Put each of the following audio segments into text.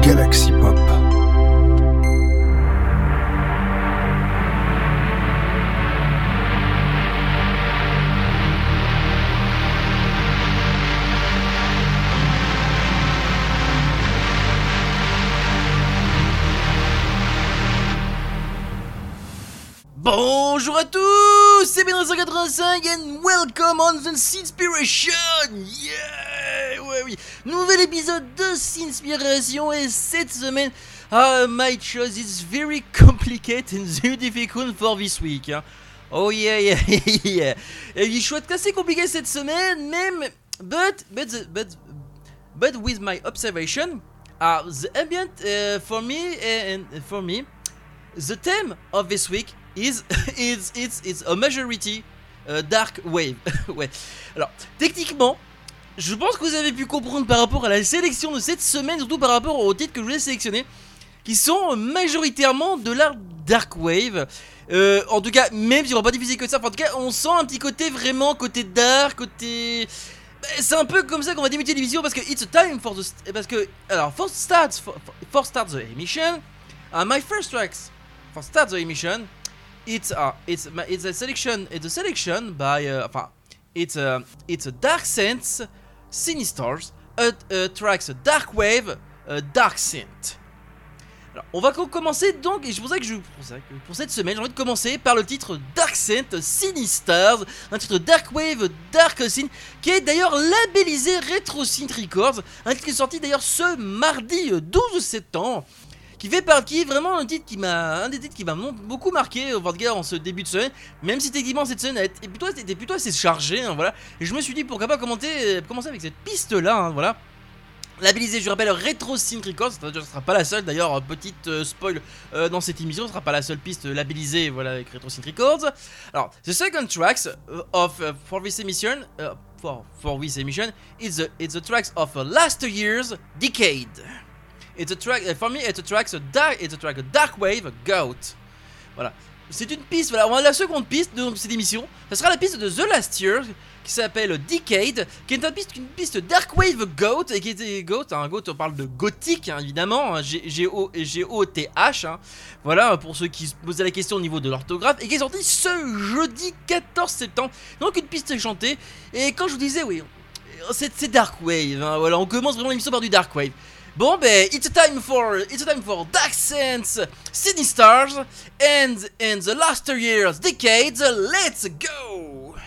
Galaxy Pop. Bonjour à tous, c'est Ben185 and welcome on the Sinspiration. Yeah, ouais, oui, nouvel épisode de Sinspiration et cette semaine, my choice is very complicated and very difficult for this week. Hein. Oh yeah. Et les choix assez compliqués cette semaine, même, but with my observation, the ambient for me, the theme of this week is a majority dark wave. Ouais. Alors, techniquement, je pense que vous avez pu comprendre par rapport à la sélection de cette semaine, surtout par rapport aux titres que je vous ai sélectionnés, qui sont majoritairement de la dark wave. En tout cas, même si on va pas diffuser que ça, en tout cas, on sent un petit côté vraiment côté dark, côté. C'est un peu comme ça qu'on va débuter l'émission parce que it's a time for the. Parce que alors, for start the emission, my first tracks for start the emission. It's a selection by it's a Dark Sense, Sinistars, tracks Dark Wave, Dark Synth. Alors, on va commencer donc, et c'est pour ça que pour cette semaine, j'ai envie de commencer par le titre Dark Synth, Sinistars, un titre Dark Wave, Dark Synth, qui est d'ailleurs labellisé Retro Synth Records, un titre qui est sorti d'ailleurs ce mardi 12 septembre. Qui est vraiment un des titres qui m'a beaucoup marqué en ce début de semaine, même si techniquement cette semaine était plutôt assez chargée, hein, voilà. Et je me suis dit pourquoi pas commencer avec cette piste là, hein, voilà. Labellisé, je rappelle, Retro Synth Records, ce sera pas la seule d'ailleurs, petite spoil dans cette émission, ce sera pas la seule piste labellisée, voilà, avec Retro Synth Records. Alors, the second tracks for this emission, it's the tracks of last year's decade. It's a track, for me, it's a track Dark Wave Goat. Voilà. C'est une piste, voilà, on a la seconde piste de cette émission. Ça sera la piste de The Last Year, qui s'appelle Decade, qui est une piste Dark Wave Goat, et qui était Goat, hein, Goat, on parle de gothique, hein, évidemment, hein, G-O-T-H, hein, voilà, pour ceux qui se posaient la question au niveau de l'orthographe, et qui est sortie ce jeudi 14 septembre. Donc une piste chantée, et quand je vous disais, oui, c'est Dark Wave, hein, voilà, on commence vraiment l'émission par du Dark Wave. Bon ben, it's a time for Dark Sense, Sinistars, and the last year's decades, let's go!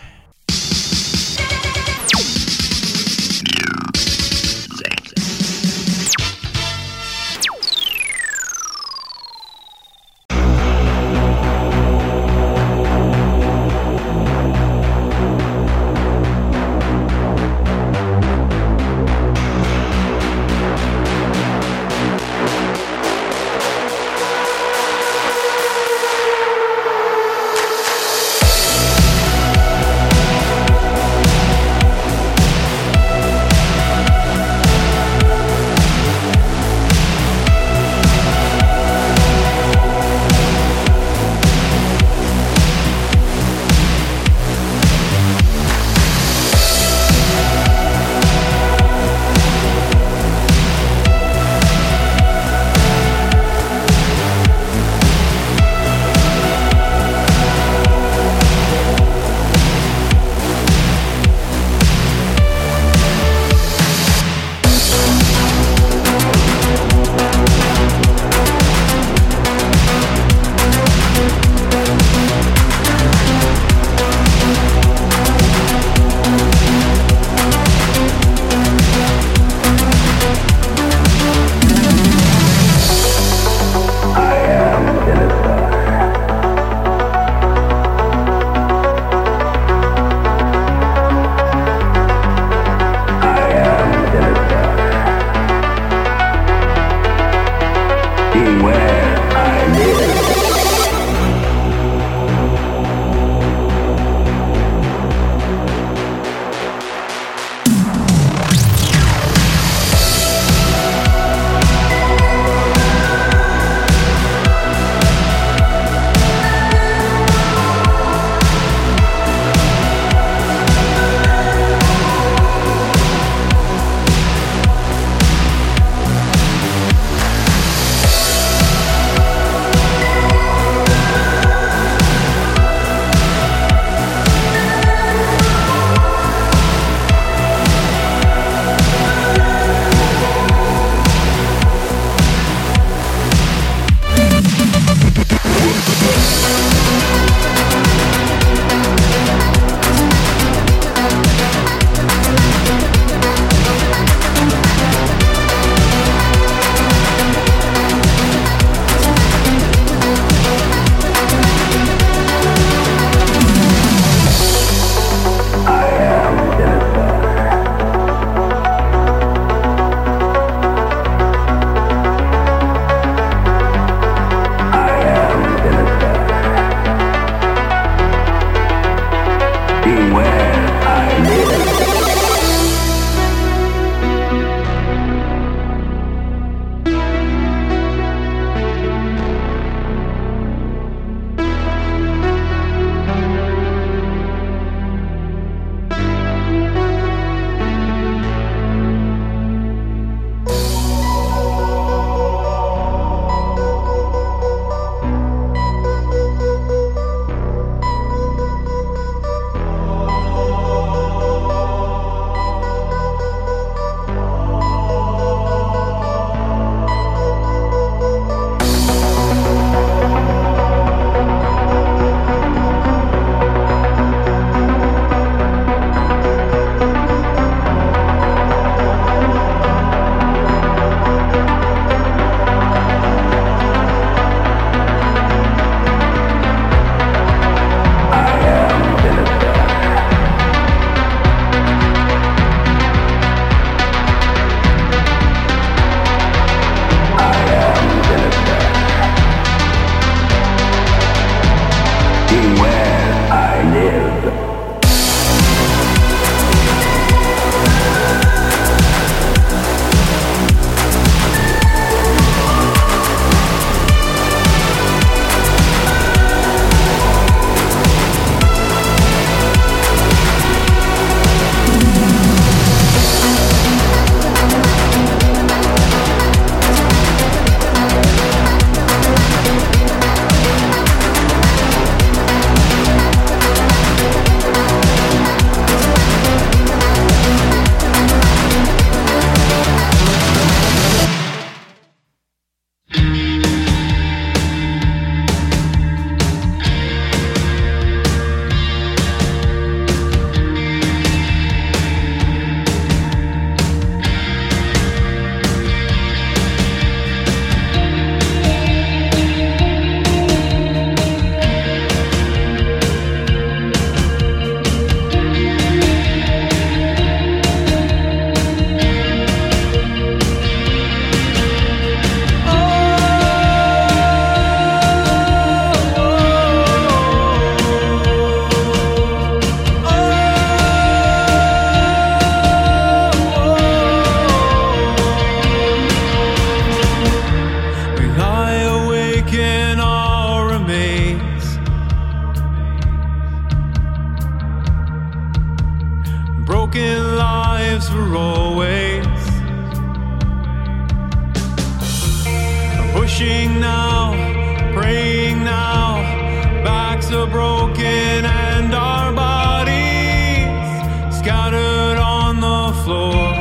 wishing now, praying now, backs are broken and our bodies scattered on the floor.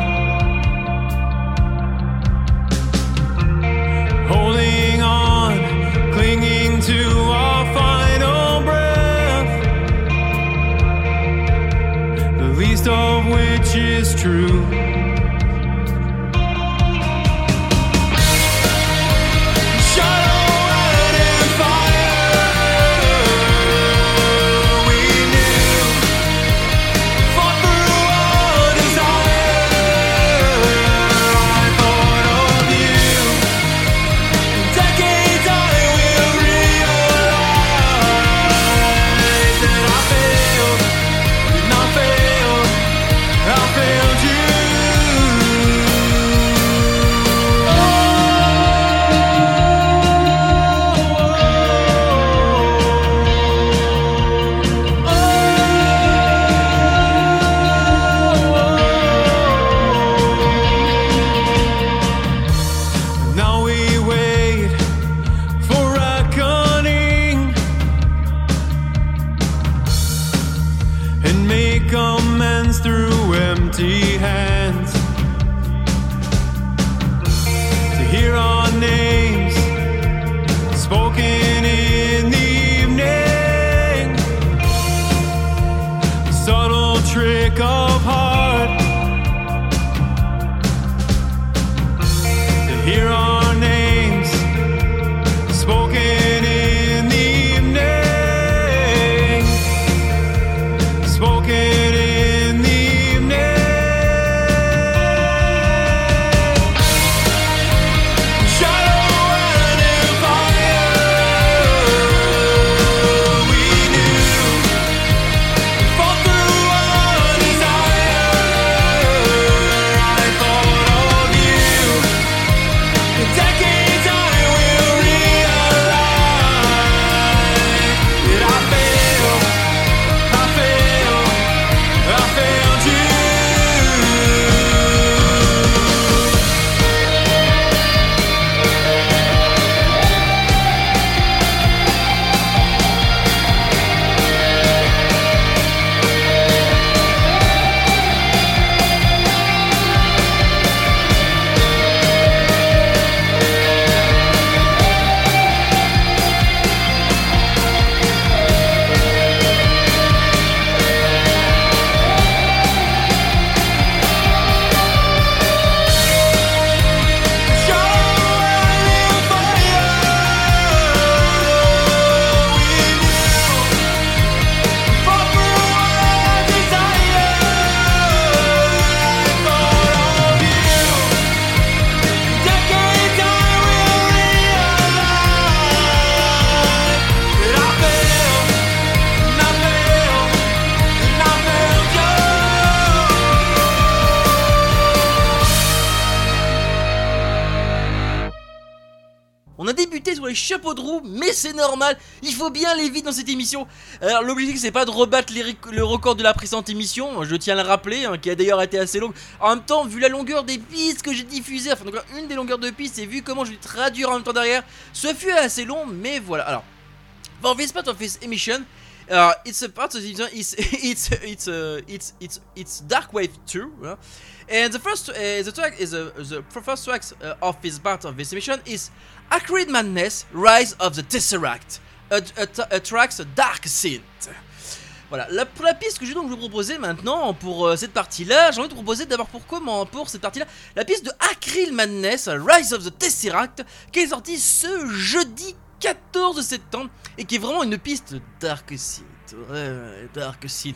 Holding on, clinging to our final breath, the least of which is true. Through empty hands, to hear our names spoken in the evening, a subtle trick of heart, to hear our names spoken in the evening, spoken in the On a débuté sur les chapeaux de roue, mais c'est normal, il faut bien aller vite dans cette émission. Alors l'objectif c'est pas de rebattre le record de la précédente émission, je tiens à le rappeler, hein, qui a d'ailleurs été assez longue. En même temps, vu la longueur des pistes que j'ai diffusées, enfin donc une des longueurs de pistes, et vu comment je vais traduire en même temps derrière, ce fut assez long, mais voilà. Alors, for this part of this emission, it's a part of the it's Dark Wave 2, and the first the first tracks of this part of this emission is Acrid Madness, Rise of the Tesseract, a tracks Dark Synth. Voilà, pour la piste que je vais donc vous proposer maintenant pour cette partie-là, j'ai envie de vous proposer d'abord pour cette partie-là, la piste de Acrid Madness, Rise of the Tesseract, qui est sortie ce jeudi 14 septembre et qui est vraiment une piste Dark Synth. Dark Synth.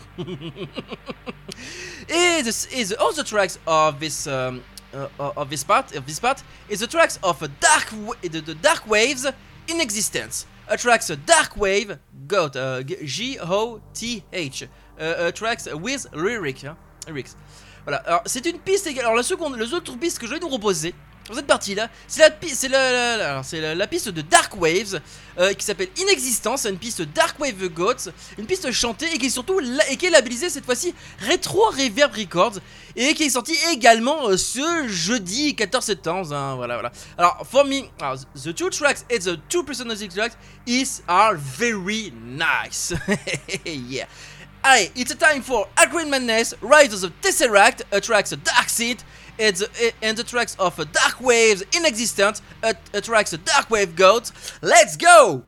Et the other tracks of this part is the tracks of the dark waves in existence. A tracks Dark Wave Goth, G-O-T-H, tracks with lyrics. Voilà, alors c'est une piste égale. Alors les autres pistes que je vais nous proposer, Dans cette partie-là, c'est la piste de Dark Waves qui s'appelle Inexistence, une piste Dark Wave Goats, une piste chantée et qui est surtout qui est labellisée cette fois-ci Retro Reverb Records et qui est sortie également ce jeudi 14 septembre. Hein, voilà. Alors, for me, the two tracks and the two personal tracks are very nice. Yeah. Allez, it's a time for Agreen Madness, Rise of the Tesseract, a tracks Dark Seed, and the tracks of Dark Waves Inexistent, a tracks Dark Wave Goat. Let's go!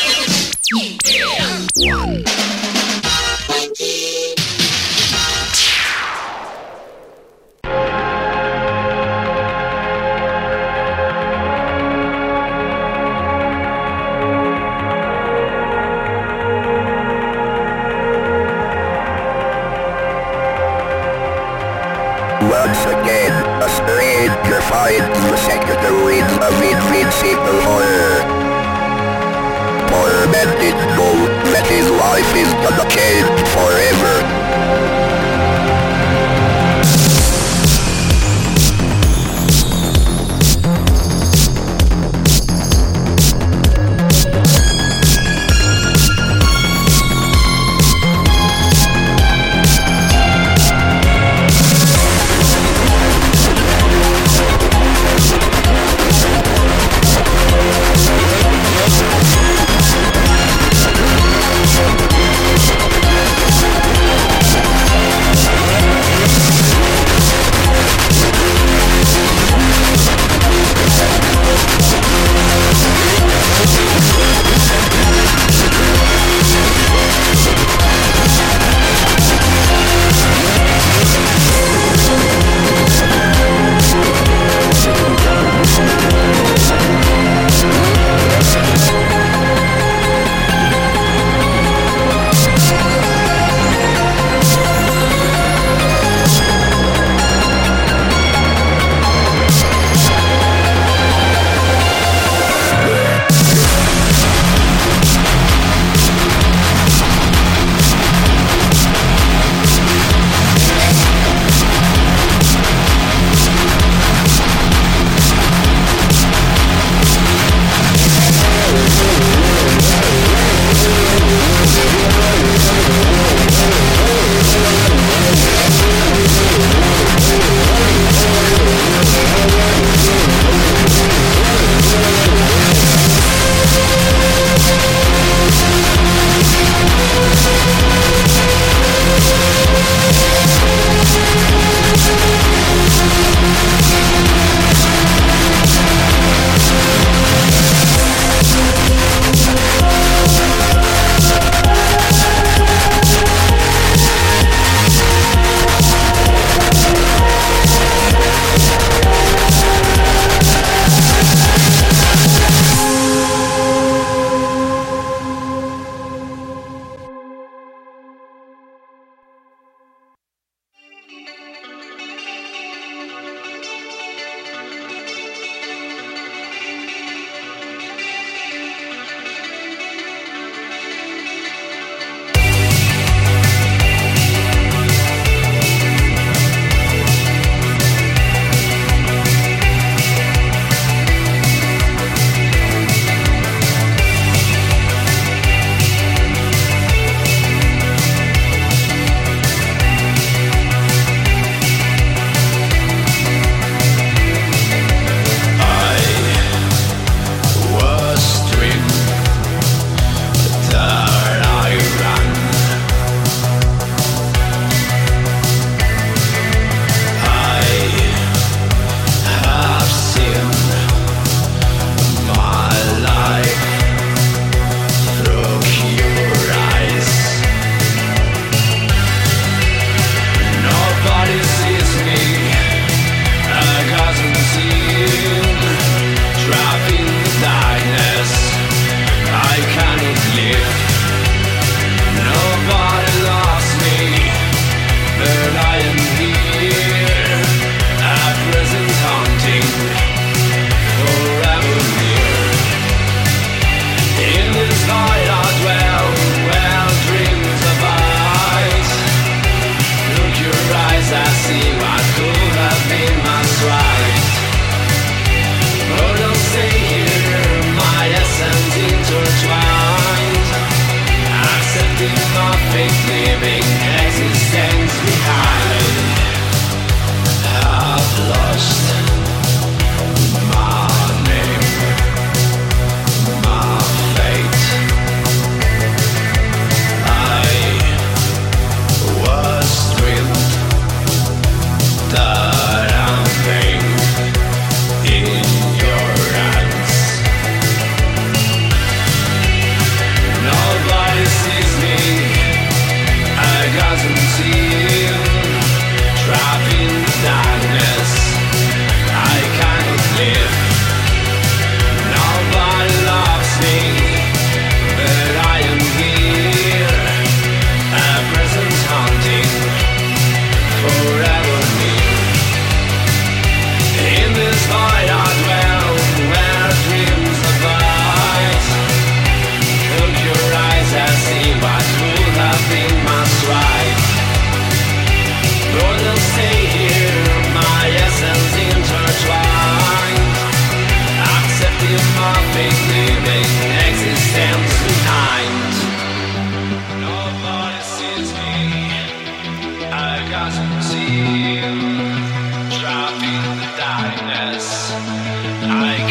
Once again, a stranger finds the secretary of invincible horror. Tormented know that his life is gonna change forever.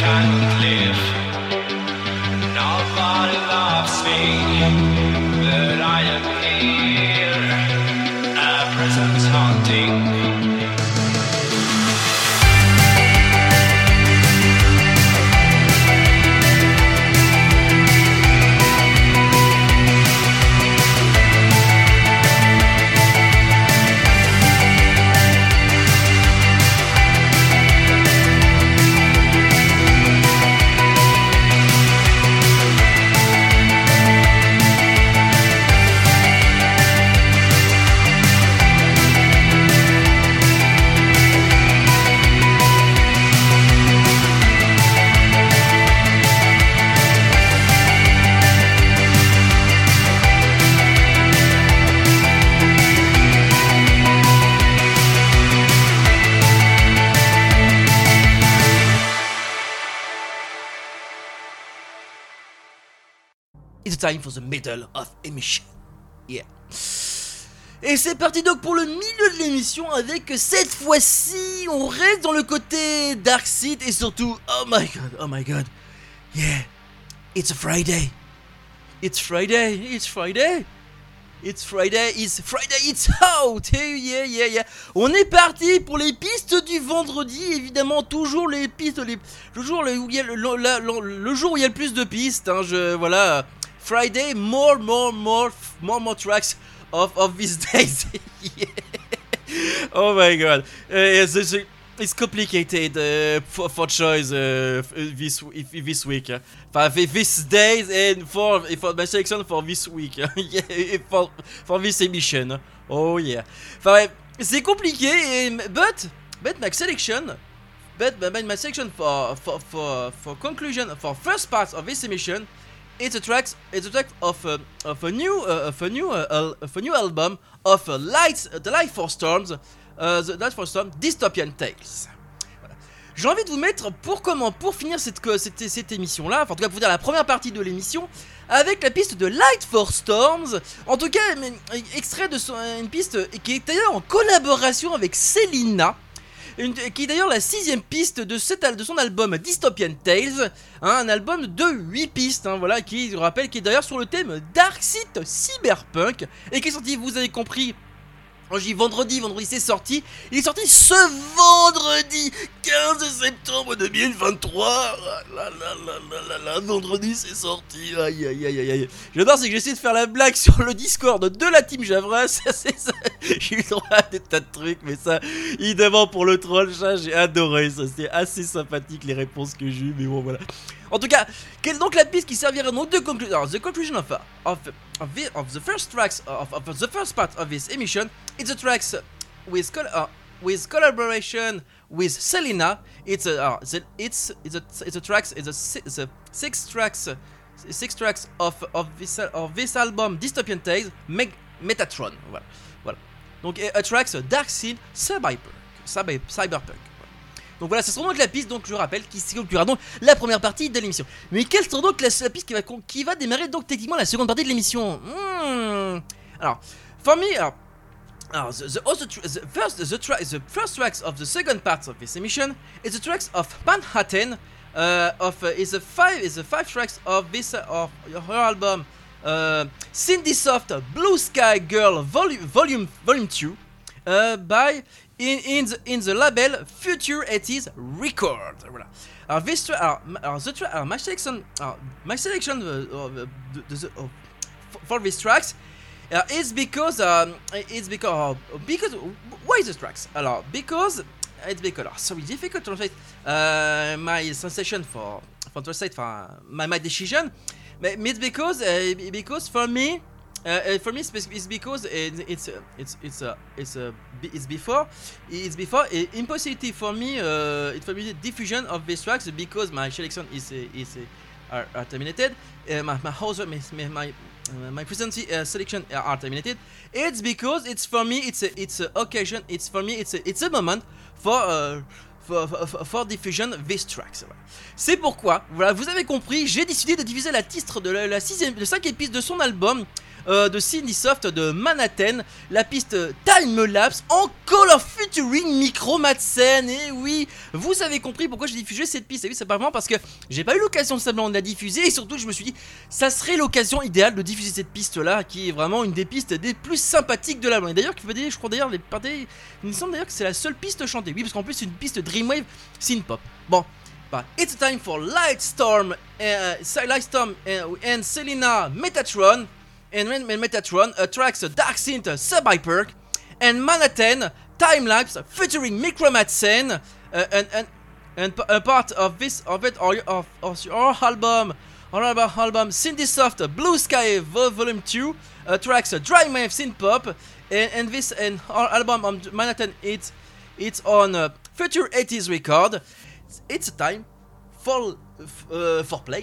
can't live. Nobody loves me, but I am here. A presence haunting. It's time for the middle of emission. Yeah. Et c'est parti donc pour le milieu de l'émission avec cette fois-ci, on reste dans le côté Darkseid et surtout, oh my god, yeah, it's a Friday. It's Friday, it's Friday. It's Friday, it's out. Hey, yeah. On est parti pour les pistes du vendredi, évidemment, toujours les pistes, le jour où il y a le plus de pistes, hein, voilà. Friday, more tracks of these days. Yeah. Oh my god, it's complicated for choice this week. This days and for my selection for this week. Yeah, for this emission. Oh yeah. C'est compliqué, but my selection. But my selection for conclusion for first part of this emission. It's a track of a new album of the Light Force Storms, Dystopian Tales. Voilà. J'ai envie de vous mettre pour finir cette émission là, enfin en tout cas pour dire la première partie de l'émission, avec la piste de Light Force Storms. En tout cas, extrait de une piste qui est d'ailleurs en collaboration avec Selena. Qui est d'ailleurs la 6ème piste de son album Dystopian Tales, hein, un album de 8 pistes, hein, voilà, qui, je rappelle, qui est d'ailleurs sur le thème Darkseid Cyberpunk, et qui est sorti, vous avez compris, quand je dis vendredi c'est sorti, il est sorti ce vendredi 15 septembre 2023, vendredi c'est sorti, aïe. J'adore, c'est que j'essaie de faire la blague sur le Discord de la team Javras, c'est ça, j'ai eu le droit à des tas de trucs, mais ça, évidemment pour le troll, ça j'ai adoré, ça c'était assez sympathique les réponses que j'ai eues, mais bon voilà. En tout cas, quelle est donc la piste qui servira donc de conclusion? Alors, the conclusion of the first tracks of the first part of this emission, it's the tracks with collaboration with Selena. It's a six tracks of this album Dystopian Tales, Metatron. Voilà. Donc a tracks Darkseid Cyberpunk. Donc voilà, ce sera donc la piste, donc je rappelle, qui conclura donc la première partie de l'émission. Mais quelle sera donc la piste qui va démarrer donc techniquement la seconde partie de l'émission? Alors, for me, the first tracks of the second part of this emission is the tracks of Manhattan, is the five tracks of her album Cindysoft Blue Sky Girl Volume 2 by in the label Future 80s Records. Voilà. My selection for these tracks is because why these tracks? Sorry, difficult to translate my sensation for translate my decision, but it's because for me. It's because it's before impossibility for me. It's for me the diffusion of these tracks because my selection are terminated. My present selection are terminated. It's because it's for me. It's a occasion. It's for me. It's a moment for diffusion these tracks. Voilà. C'est pourquoi, voilà, vous avez compris, j'ai décidé de diffuser la titre de la 5ème piste de son album de Cindysoft de Manhattan, la piste Time Lapse, encore featuring Micro Madsen. Et oui, vous avez compris pourquoi j'ai diffusé cette piste. Et oui, c'est pas vraiment parce que j'ai pas eu l'occasion de simplement de la diffuser, et surtout je me suis dit ça serait l'occasion idéale de diffuser cette piste là, qui est vraiment une des pistes des plus sympathiques de l'album. Et d'ailleurs, je crois d'ailleurs, il me semble d'ailleurs que c'est la seule piste chantée. Oui, parce qu'en plus c'est une piste Dreamwave synth-pop. Bon. But it's time for Lightstorm and Selena Metatron and Metatron tracks Dark Synth Sub-Hyper and Manhattan Time Lapse featuring Micro Madsen and a part of this of our album Cindysoft Blue Sky Volume 2 tracks Dreamwave Synth Pop and this and our album on Manhattan it's on Future 80s record. It's time for play.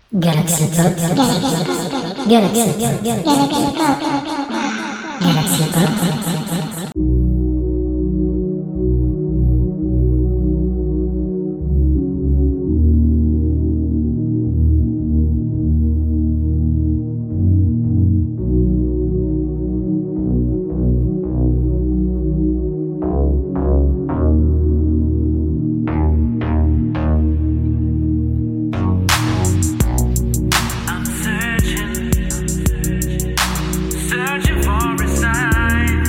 Galaxy Pop. Galaxy Pop. Galaxy Pop. Searching for a sign.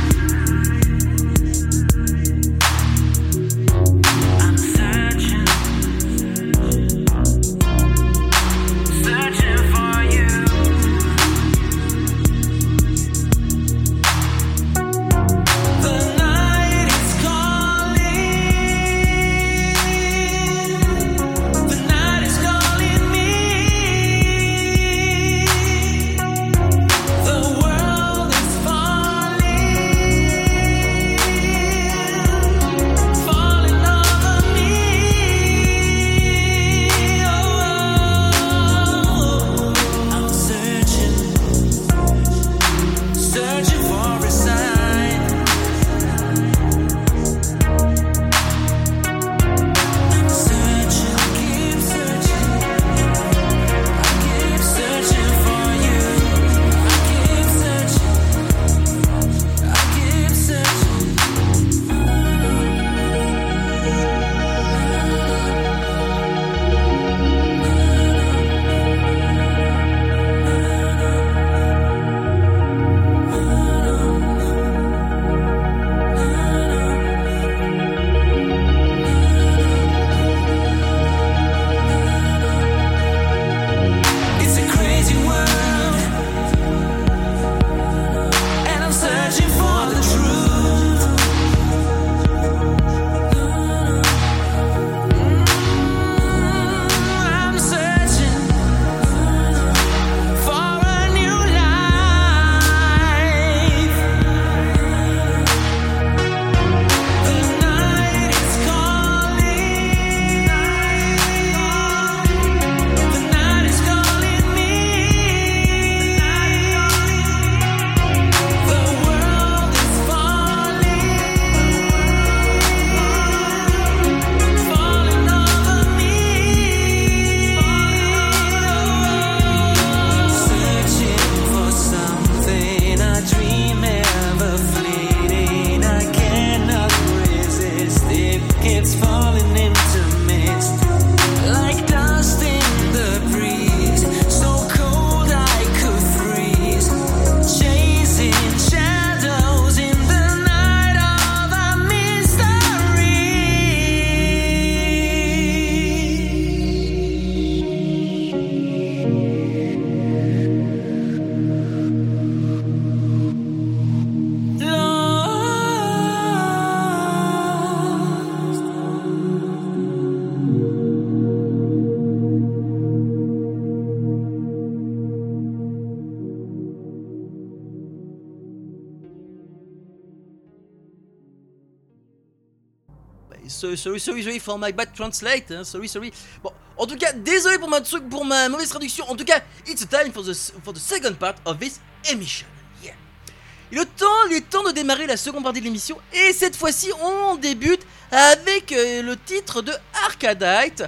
Sorry for my bad translate, hein, sorry. Bon, en tout cas, désolé pour ma mauvaise traduction. En tout cas, it's time for the second part of this emission. Yeah. Il est temps de démarrer la seconde partie de l'émission. Et cette fois-ci, on débute avec le titre de Arcadite,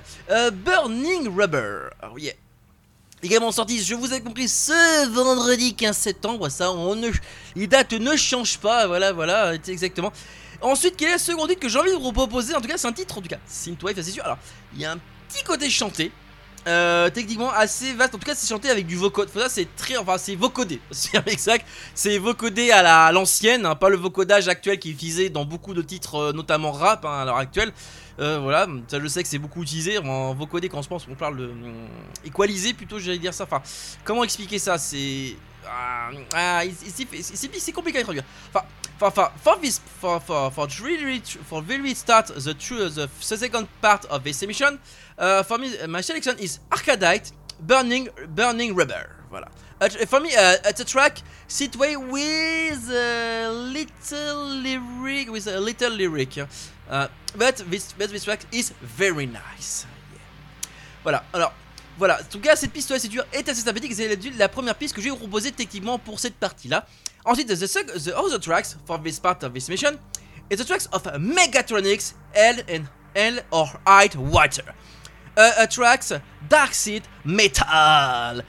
Burning Rubber. Oh yeah. Également sorti, je vous ai compris, ce vendredi 15 septembre. Ça, les dates ne changent pas. Voilà, exactement. Ensuite, quel est le second titre que j'ai envie de vous proposer? En tout cas, c'est un titre, Synthwave, c'est sûr. Alors, il y a un petit côté chanté, techniquement assez vaste. En tout cas, c'est chanté avec du vocode. Ça, c'est c'est vocodé. C'est exact. C'est vocodé à l'ancienne, hein, pas le vocodage actuel qui est utilisé dans beaucoup de titres, notamment rap, hein, à l'heure actuelle. Voilà, ça je sais que c'est beaucoup utilisé en vocodé quand on parle de équalisé plutôt, j'allais dire ça. Enfin, comment expliquer ça? C'est c'est compliqué à traduire. For really start the second part of this emission, for me my selection is Arcadite, Burning Rubber. Voilà. For me, it's a track Synthwave with a little lyric. But this track is very nice. Yeah. Voilà. Alors, Voilà, en tout cas cette piste c'est dur est assez sympathique, c'est la première piste que je vais vous proposer techniquement pour cette partie là. Ensuite the other tracks for this part of this mission is the tracks of Megatronics L or Hide Water. Tracks Dark Seed Metal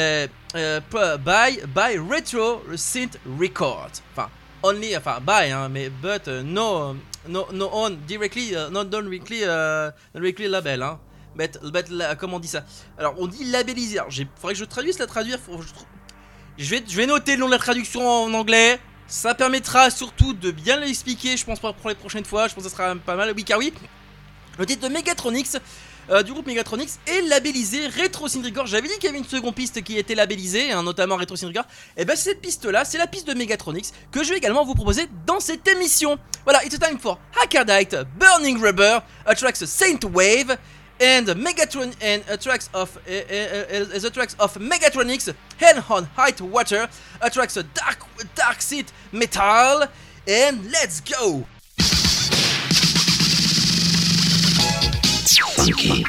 by Retro Synth Records. Enfin only, by mais but no on directly not done directly label but comment on dit ça? Alors on dit labellisé. Alors faudrait que je traduise la traduire. Je vais noter le nom de la traduction en anglais. Ça permettra surtout de bien l'expliquer. Je pense pour les prochaines fois. Je pense que ça sera pas mal. Oui car oui. Le titre de Megatronics du groupe Megatronics est labellisé Retro Synth Records. J'avais dit qu'il y avait une seconde piste qui était labellisée, notamment Retro Synth Records. Et ben cette piste là, c'est la piste de Megatronics que je vais également vous proposer dans cette émission. Voilà, it's time for Hackerdite, Burning Rubber, a tracks Saint Wave, and Megatron and the tracks of Megatronics, Hell on High Water, a tracks Dark Seed Metal, and let's go. Funky.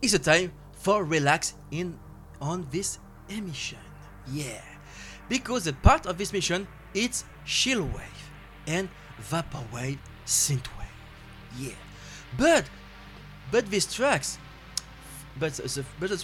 it's a time for relax on this emission. Yeah, because the part of this mission it's chill wave and vaporwave synthwave. Yeah, but these tracks. But the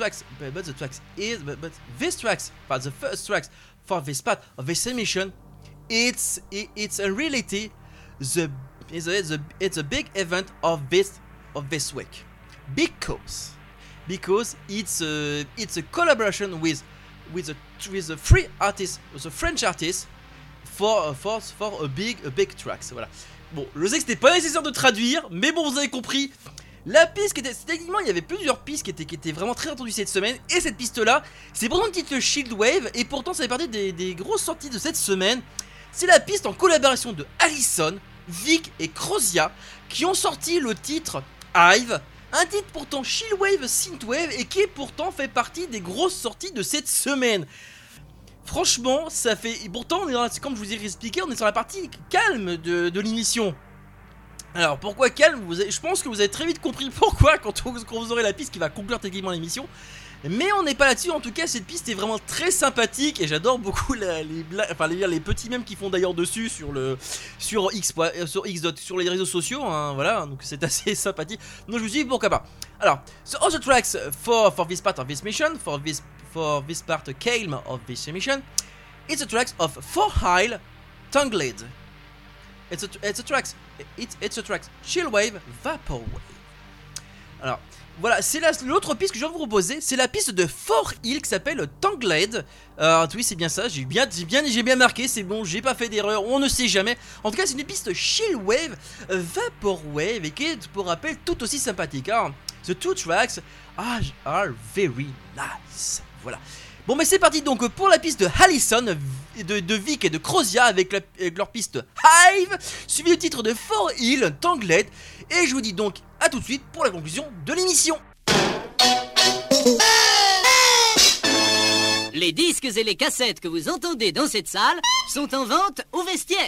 first tracks for this part of this emission, it's in reality it's a big event of this week because it's a collaboration with a free artist, with a French artist for a big tracks. Voilà. Bon, je sais que c'était pas nécessaire de traduire, mais bon, vous avez compris. La piste qui était, techniquement il y avait plusieurs pistes qui étaient vraiment très attendues cette semaine. Et cette piste là, c'est pourtant une petite shield wave. Et pourtant ça fait partie des grosses sorties de cette semaine. C'est la piste en collaboration de Allison, Vic et Crozia qui ont sorti le titre Hive. Un titre pourtant chill wave, synthwave et qui pourtant fait partie des grosses sorties de cette semaine. Franchement ça fait, et pourtant on est dans, comme je vous ai expliqué, on est sur la partie calme de l'émission. Alors pourquoi calme, je pense que vous avez très vite compris pourquoi quand vous aurez la piste qui va conclure techniquement l'émission. Mais on n'est pas là-dessus, en tout cas cette piste est vraiment très sympathique et j'adore beaucoup les petits mèmes qui font d'ailleurs dessus sur X, sur les réseaux sociaux, hein, voilà, donc c'est assez sympathique. Donc je me suis dit pourquoi pas. Alors, so all the tracks for this part of this mission, for this part calm of this mission, it's the tracks of For Isle, Tangled. It's a tracks chill wave, vaporwave. Alors voilà, c'est l'autre piste que je vais vous proposer, c'est la piste de For Hill qui s'appelle Tangled. Oui c'est bien ça, j'ai bien marqué, c'est bon, j'ai pas fait d'erreur, on ne sait jamais. En tout cas c'est une piste chill wave, vaporwave et qui est pour rappel tout aussi sympathique. Hein. The two tracks are very nice. Voilà. Bon mais c'est parti donc pour la piste de Allison, de Vic et de Crozia avec leur piste Hive, suivi du titre de For Hill, Tangled. Et je vous dis donc à tout de suite pour la conclusion de l'émission. Les disques et les cassettes que vous entendez dans cette salle sont en vente au vestiaire.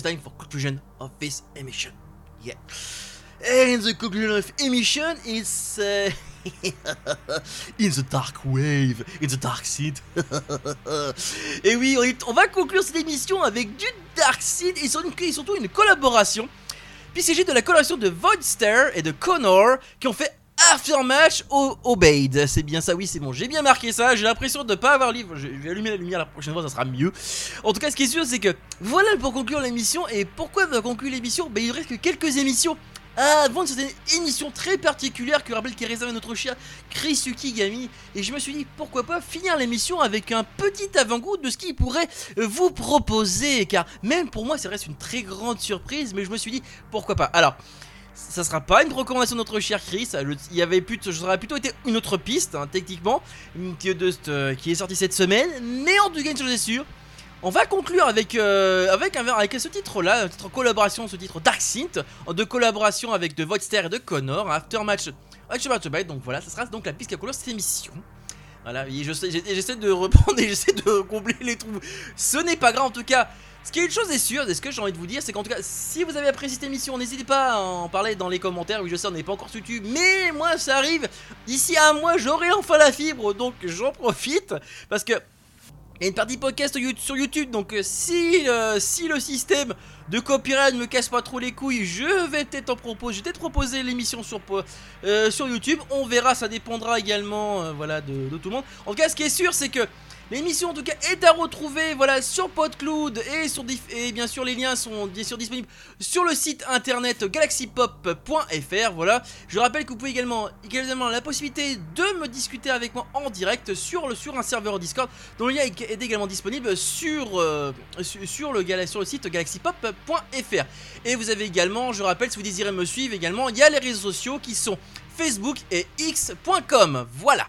time for conclusion of this emission. Yeah. And the conclusion of emission is in the dark wave, in the dark seed. Et oui, on va conclure cette émission avec du dark seed et surtout une collaboration. Puis il s'agit de la collaboration de Voidster et de Connor qui ont fait Aftermatch Obeyed. C'est bien ça, oui, c'est bon, j'ai bien marqué ça. J'ai l'impression de ne pas avoir le livre. Je vais allumer la lumière la prochaine fois, ça sera mieux. En tout cas, ce qui est sûr, c'est que voilà pour conclure l'émission. Et pourquoi conclure l'émission? Il reste que quelques émissions avant cette émission très particulière que rappelle qui est réservée à notre cher Chris Yukigami. Et je me suis dit pourquoi pas finir l'émission avec un petit avant-goût de ce qu'il pourrait vous proposer, car même pour moi ça reste une très grande surprise, mais je me suis dit pourquoi pas. Alors ça sera pas une recommandation de notre cher Chris, ça aurait plutôt été une autre piste techniquement qui est sortie cette semaine, mais en tout cas une chose est sûre, on va conclure avec ce titre-là, un titre en collaboration, ce titre Dark Synth, de collaboration avec de Voidster et de Connor, Aftermatch Obeyed. Donc voilà, ça sera donc la piste qui a conclu cette émission. Voilà, j'essaie de reprendre et j'essaie de combler les trous. Ce n'est pas grave en tout cas. Ce qui est une chose est sûre, et ce que j'ai envie de vous dire, c'est qu'en tout cas, si vous avez apprécié cette émission, n'hésitez pas à en parler dans les commentaires. Oui, je sais, on n'est pas encore sur YouTube, mais moi ça arrive. D'ici à un mois, j'aurai enfin la fibre, donc j'en profite parce que il y a une partie podcast sur YouTube, donc si le système de copyright ne me casse pas trop les couilles, je vais peut-être proposer l'émission sur YouTube. On verra, ça dépendra également de tout le monde. En tout cas, ce qui est sûr, c'est que l'émission en tout cas est à retrouver sur PodCloud et bien sûr les liens sont bien sûr disponibles sur le site internet galaxypop.fr. Voilà, je rappelle que vous pouvez également la possibilité de me discuter avec moi en direct sur un serveur Discord dont le lien est également disponible sur le site galaxypop.fr. Et vous avez également, je rappelle, si vous désirez me suivre également, il y a les réseaux sociaux qui sont Facebook et x.com. Voilà,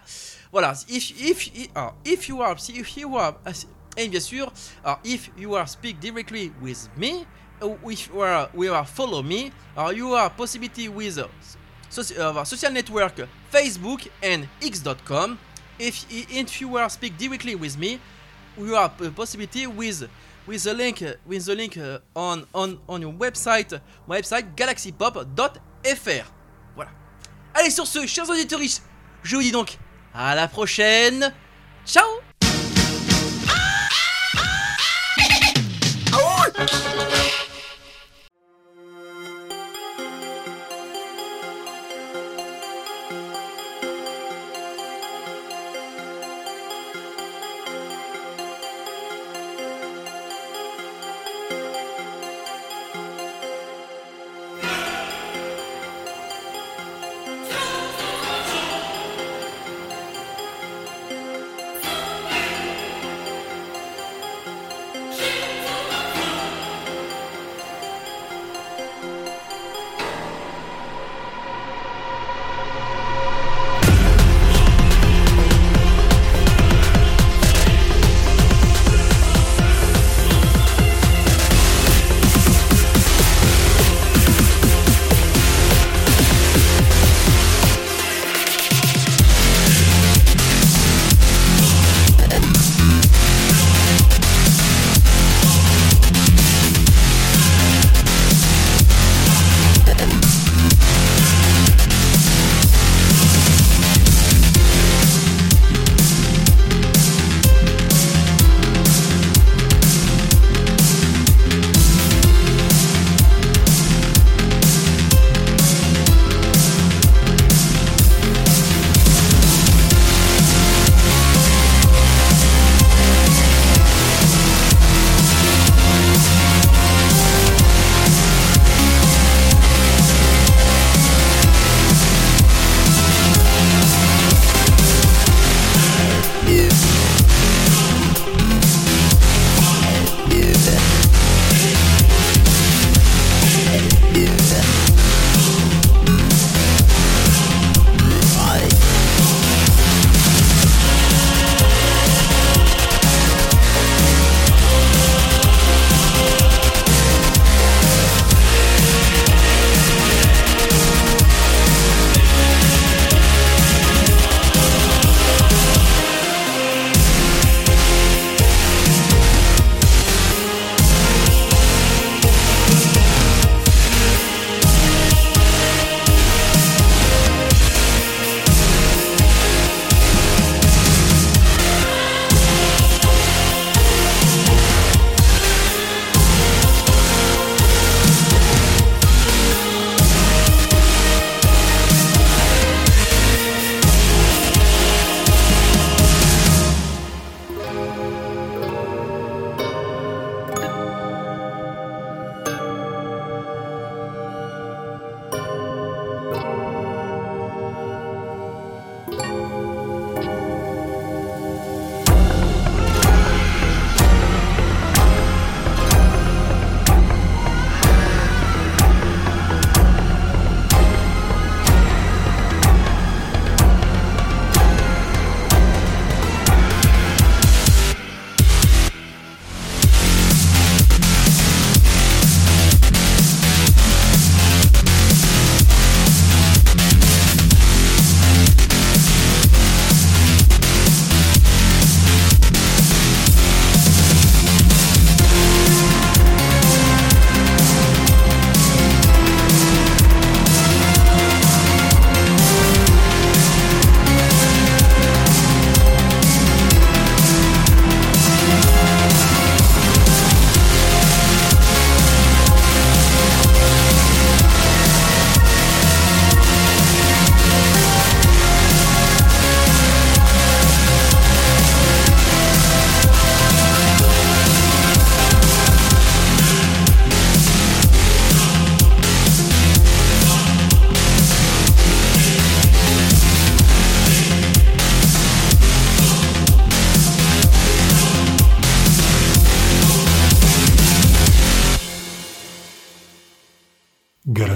if you are et bien sûr, if you are speak directly with me, if you are follow me, you are possibility with social network Facebook and x.com. If you are speak directly with me, you are possibility with the link on your website galaxypop.fr. Voilà. Allez, sur ce, chers auditeurs, je vous dis donc à la prochaine. Ciao.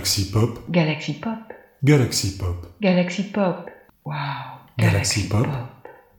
Galaxy Pop. Galaxy Pop. Galaxy Pop. Galaxy Pop. Wow. Galaxy Pop.